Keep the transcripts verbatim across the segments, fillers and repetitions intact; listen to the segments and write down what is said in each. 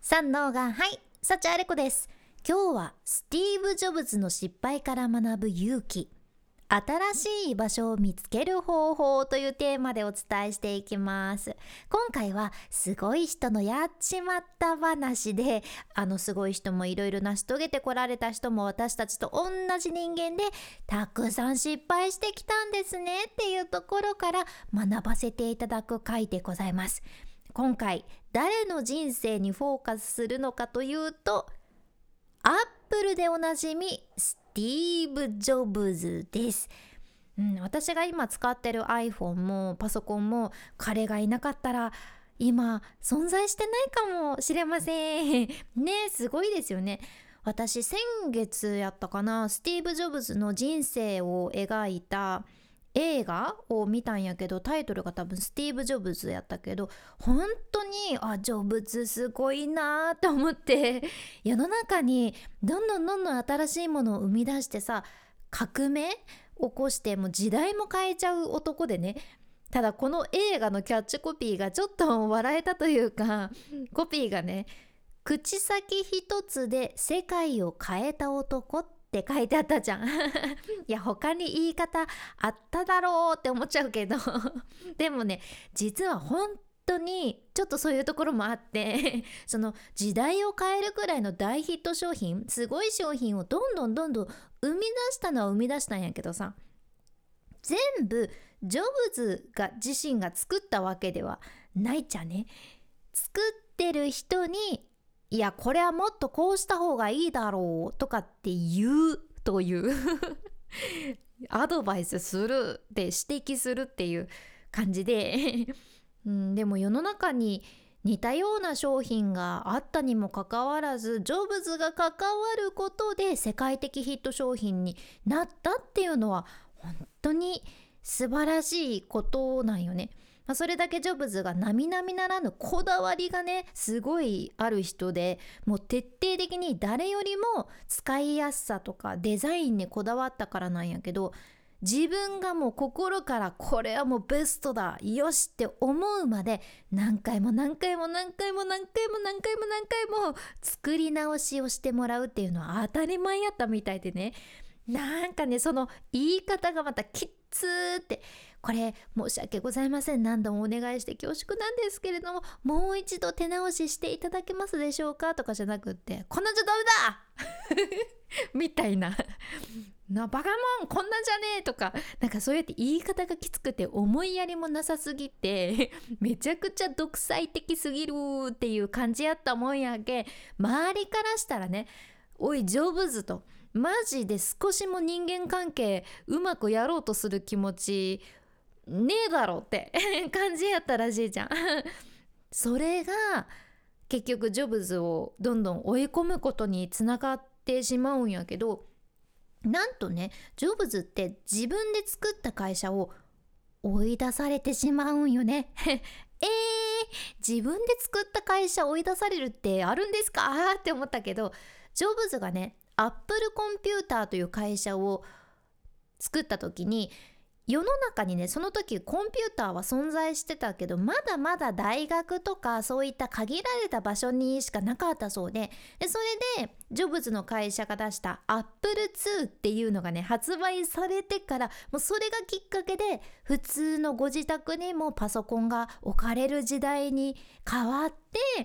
三能がはい、幸あれ子です。今日はスティーブ・ジョブズの失敗から学ぶ勇気、新しい場所を見つける方法というテーマでお伝えしていきます。今回はすごい人のやっちまった話で、あのすごい人もいろいろ成し遂げてこられた人も私たちと同じ人間でたくさん失敗してきたんですねっていうところから学ばせていただく回でございます。今回誰の人生にフォーカスするのかというと、アップルでおなじみスティーブ・ジョブズです、うん、私が今使ってる iPhone もパソコンも彼がいなかったら今存在してないかもしれませんね。すごいですよね。私先月やったかな、スティーブ・ジョブズの人生を描いた映画を見たんやけど、タイトルが多分スティーブ・ジョブズやったけど、本当にあジョブズすごいなと思って、世の中にどんどんどんどん新しいものを生み出してさ、革命起こしてもう時代も変えちゃう男でね。ただこの映画のキャッチコピーがちょっと笑えたというか、コピーがね、口先一つで世界を変えた男って書いてあったじゃんいや他に言い方あっただろうって思っちゃうけどでもね、実は本当にちょっとそういうところもあってその時代を変えるくらいの大ヒット商品、すごい商品をどんどんどんどん生み出したのは生み出したんやけどさ、全部ジョブズが自身が作ったわけではないっちゃね。作ってる人にいやこれはもっとこうした方がいいだろうとかって言うというアドバイスするで指摘するっていう感じでうん、でも世の中に似たような商品があったにもかかわらず、ジョブズが関わることで世界的ヒット商品になったっていうのは本当に素晴らしいことなんよね。まあ、それだけジョブズが並々ならぬこだわりがねすごいある人で、もう徹底的に誰よりも使いやすさとかデザインにこだわったからなんやけど、自分がもう心からこれはもうベストだよしって思うまで何回も何回も何回も何回も何回も何回も作り直しをしてもらうっていうのは当たり前やったみたいでね、なんかねその言い方がまたきっつーって、これ申し訳ございません、何度もお願いして恐縮なんですけれども、もう一度手直ししていただけますでしょうかとかじゃなくって、こんなんじゃダメだみたいななバカモンこんなんじゃねえとか、なんかそうやって言い方がきつくて思いやりもなさすぎてめちゃくちゃ独裁的すぎるっていう感じやったもんやけ、周りからしたらね、おいジョブズとマジで少しも人間関係うまくやろうとする気持ちねえだろって感じやったらしいじゃんそれが結局ジョブズをどんどん追い込むことにつながってしまうんやけど、なんとねジョブズって自分で作った会社を追い出されてしまうんよねえー、自分で作った会社追い出されるってあるんですかって思ったけど、ジョブズがねアップルコンピューターという会社を作った時に、世の中にねその時コンピューターは存在してたけど、まだまだ大学とかそういった限られた場所にしかなかったそうで、でそれでジョブズの会社が出したアップルツーっていうのがね発売されてから、もうそれがきっかけで普通のご自宅にもパソコンが置かれる時代に変わって、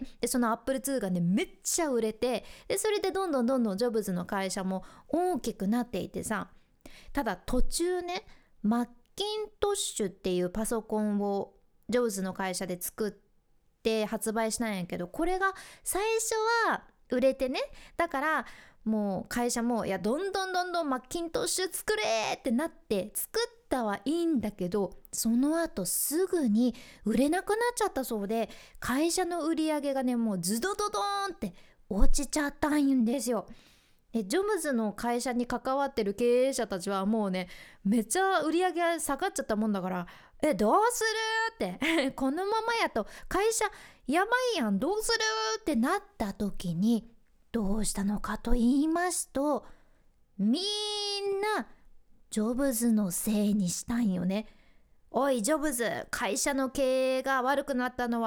でそのアップルツーがねめっちゃ売れて、でそれでどんどんどんどんジョブズの会社も大きくなっていてさ、ただ途中ねマッキントッシュっていうパソコンをジョブズの会社で作って発売したんやけど、これが最初は売れてね、だからもう会社もいやどんどんどんどんマッキントッシュ作れってなって作ったはいいんだけど、その後すぐに売れなくなっちゃったそうで、会社の売り上げがねもうズドドドーンって落ちちゃったんですよ。でジョブズの会社に関わってる経営者たちはもうねめっちゃ売り上げ下がっちゃったもんだから、えどうするってこのままやと会社やばいやんどうするってなった時に、どうしたのかと言いますと、みんなジョブズのせいにしたんよね。おいジョブズ、会社の経営が悪くなったのは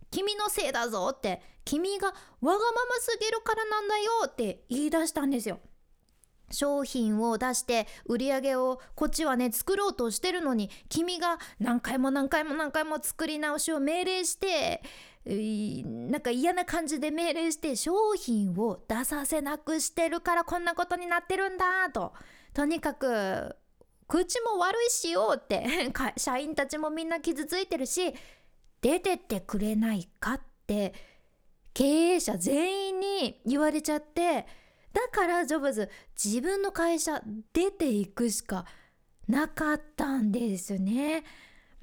君のせいだぞって、君がわがまますぎるからなんだよって言い出したんですよ。商品を出して売り上げをこっちはね作ろうとしてるのに、君が何回も何回も何回も作り直しを命令して、なんか嫌な感じで命令して商品を出させなくしてるからこんなことになってるんだと。とにかく口も悪いしようって社員たちもみんな傷ついてるし、出てってくれないかって経営者全員に言われちゃって、だからジョブズ自分の会社出ていくしかなかったんですね。うん、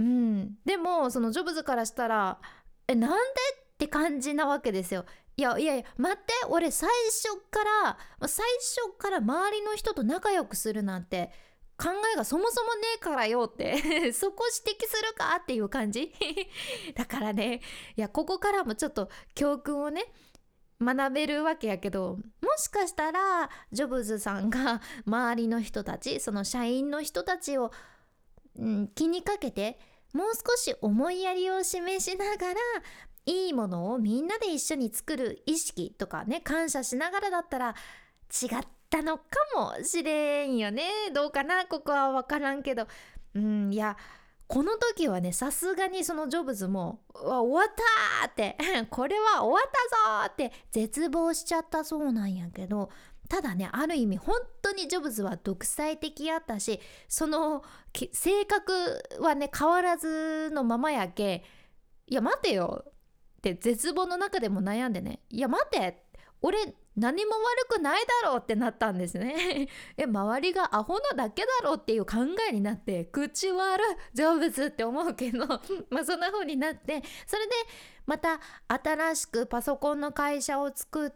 でもそのジョブズからしたらえなんでって感じなわけですよ。いやいやいや待って、俺最初から最初から周りの人と仲良くするなんて考えがそもそもねえからよってそこ指摘するかっていう感じだからね、いやここからもちょっと教訓をね学べるわけやけど、もしかしたらジョブズさんが周りの人たち、その社員の人たちを、うん、気にかけてもう少し思いやりを示しながらいいものをみんなで一緒に作る意識とかね、感謝しながらだったら違ったのかもしれんよね。どうかな、ここは分からんけど、うんいやこの時はねさすがにそのジョブズも終わったーってこれは終わったぞーって絶望しちゃったそうなんやけど、ただねある意味本当にジョブズは独裁的やったし、その性格はね変わらずのままやけ、いや待てよって絶望の中でも悩んでね、いや待て俺何も悪くないだろうってなったんですねえ周りがアホなだけだろうっていう考えになって、口悪いジョブズって思うけどまあそんな風になって、それでまた新しくパソコンの会社を作って、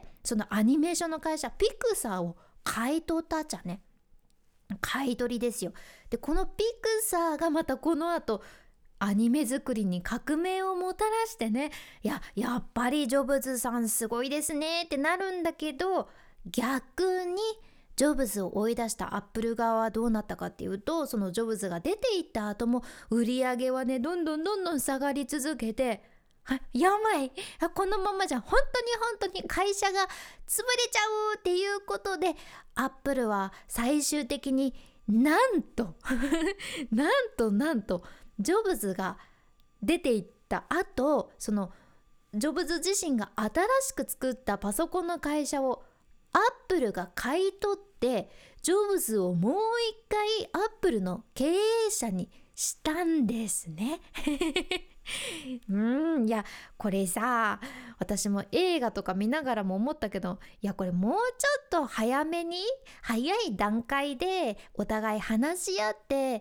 そのアニメーションの会社ピクサーを買い取ったっちゃね。買い取りですよ。でこのピクサーがまたこの後アニメ作りに革命をもたらしてね、いややっぱりジョブズさんすごいですねってなるんだけど、逆にジョブズを追い出したアップル側はどうなったかっていうと、そのジョブズが出ていった後も売り上げはねどんどんどんどん下がり続けて、やばいこのままじゃ本当に本当に会社が潰れちゃうっていうことで、アップルは最終的になんとなんとなんとジョブズが出ていった後、そのジョブズ自身が新しく作ったパソコンの会社をアップルが買い取って、ジョブズをもう一回アップルの経営者にしたんですねうんいやこれさ、私も映画とか見ながらも思ったけど、いやこれもうちょっと早めに早い段階でお互い話し合って、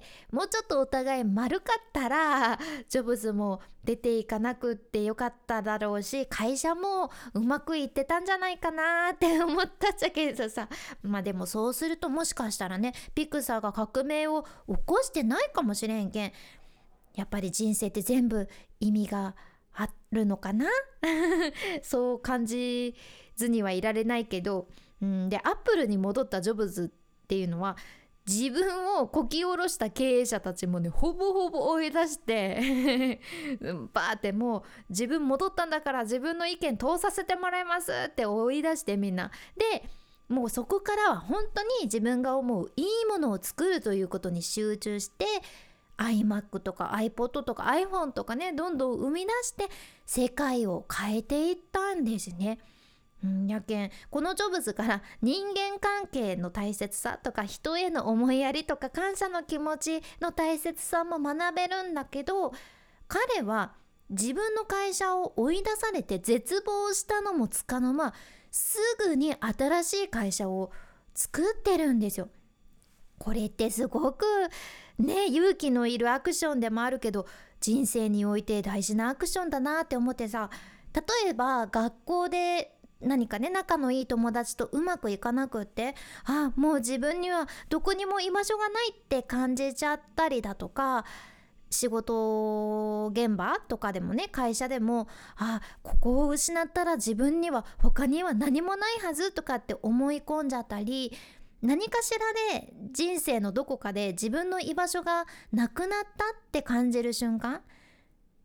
もうちょっとお互い丸かったらジョブズも出ていかなくってよかっただろうし、会社もうまくいってたんじゃないかなって思ったっちゃけどさ、まあでもそうするともしかしたらねピクサーが革命を起こしてないかもしれんけん、やっぱり人生って全部意味があるのかなそう感じずにはいられないけど、うん、でアップルに戻ったジョブズっていうのは自分をこき下ろした経営者たちもねほぼほぼ追い出してバーってもう自分戻ったんだから自分の意見通させてもらいますって追い出して、みんなでもうそこからは本当に自分が思ういいものを作るということに集中して、iMac とか iPod とか iPhone とかねどんどん生み出して世界を変えていったんですね。うん、やけんこのジョブズから人間関係の大切さとか人への思いやりとか感謝の気持ちの大切さも学べるんだけど、彼は自分の会社を追い出されて絶望したのもつかの間、すぐに新しい会社を作ってるんですよ。これってすごくね勇気のいるアクションでもあるけど、人生において大事なアクションだなって思ってさ、例えば学校で何かね仲のいい友達とうまくいかなくって、あもう自分にはどこにも居場所がないって感じちゃったりだとか、仕事現場とかでもね会社でもあここを失ったら自分には他には何もないはずとかって思い込んじゃったり、何かしらで人生のどこかで自分の居場所がなくなったって感じる瞬間、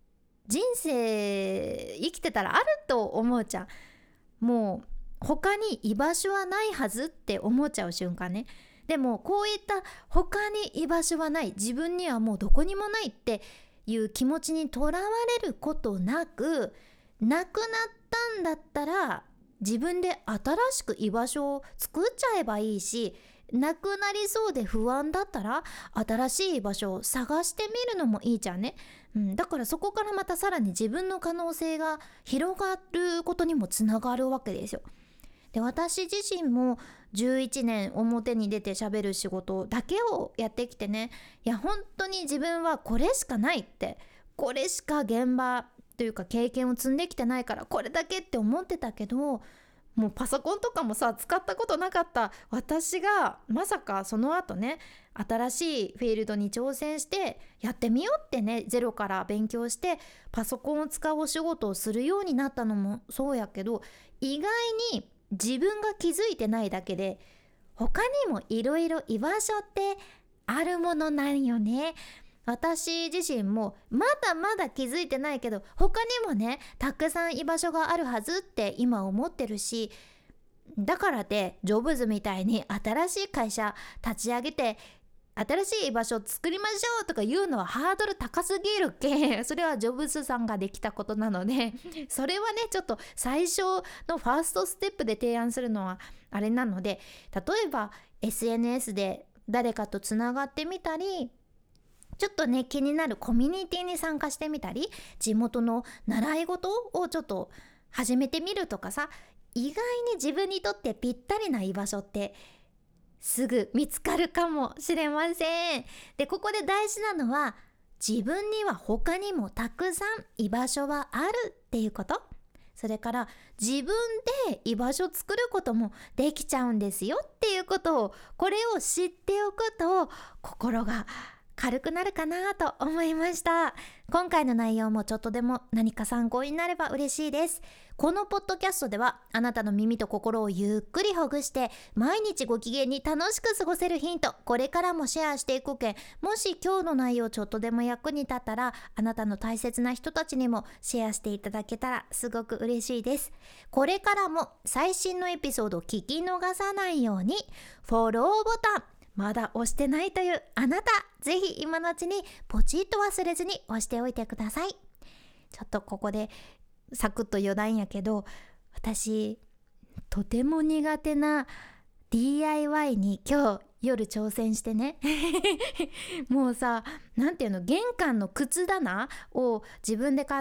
人生生きてたらあると思うじゃん。もう他に居場所はないはずって思っちゃう瞬間ね。でもこういった他に居場所はない、自分にはもうどこにもないっていう気持ちにとらわれることなく、なくなったんだったら自分で新しく居場所を作っちゃえばいいし、なくなりそうで不安だったら新しい居場所を探してみるのもいいじゃんね、うん、だからそこからまたさらに自分の可能性が広がることにもつながるわけですよ。で、私自身もじゅういちねん表に出て喋る仕事だけをやってきてね、いや本当に自分はこれしかないって、これしか現場というか経験を積んできてないからこれだけって思ってたけど、もうパソコンとかもさ使ったことなかった私がまさかその後ね、新しいフィールドに挑戦してやってみようってね、ゼロから勉強してパソコンを使うお仕事をするようになったのもそうやけど、意外に自分が気づいてないだけで他にもいろいろ居場所ってあるものなんよね。私自身もまだまだ気づいてないけど、他にもねたくさん居場所があるはずって今思ってるし、だからってジョブズみたいに新しい会社立ち上げて新しい居場所を作りましょうとか言うのはハードル高すぎるけそれはジョブズさんができたことなので、それはねちょっと最初のファーストステップで提案するのはあれなので、例えば エスエヌエス で誰かとつながってみたり、ちょっとね気になるコミュニティに参加してみたり、地元の習い事をちょっと始めてみるとかさ、意外に自分にとってぴったりな居場所ってすぐ見つかるかもしれません。で、ここで大事なのは自分には他にもたくさん居場所はあるっていうこと。それから自分で居場所を作ることもできちゃうんですよっていうことを、これを知っておくと心が軽くなるかなと思いました。今回の内容もちょっとでも何か参考になれば嬉しいです。このポッドキャストではあなたの耳と心をゆっくりほぐして毎日ご機嫌に楽しく過ごせるヒント、これからもシェアしていくけん、もし今日の内容ちょっとでも役に立ったらあなたの大切な人たちにもシェアしていただけたらすごく嬉しいです。これからも最新のエピソードを聞き逃さないようにフォローボタンまだ押してないというあなた、ぜひ今のうちにポチッと忘れずに押しておいてください。ちょっとここでサクッと余談やけど、私とても苦手な ディーアイワイ に今日夜挑戦してねもうさ、なんていうの、玄関の靴棚を自分で買って、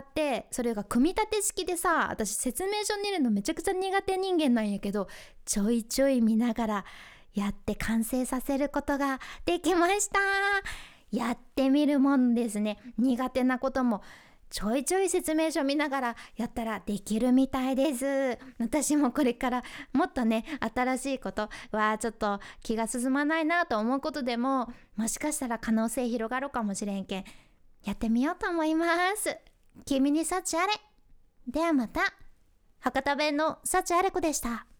それが組み立て式でさ、私説明書見るのめちゃくちゃ苦手人間なんやけど、ちょいちょい見ながらやって完成させることができました。やってみるもんですね。苦手なこともちょいちょい説明書見ながらやったらできるみたいです。私もこれからもっとね、新しいことはちょっと気が進まないなと思うことでも、もしかしたら可能性広がるかもしれんけん、やってみようと思います。君に幸あれ。ではまた。博多弁の幸あれ子でした。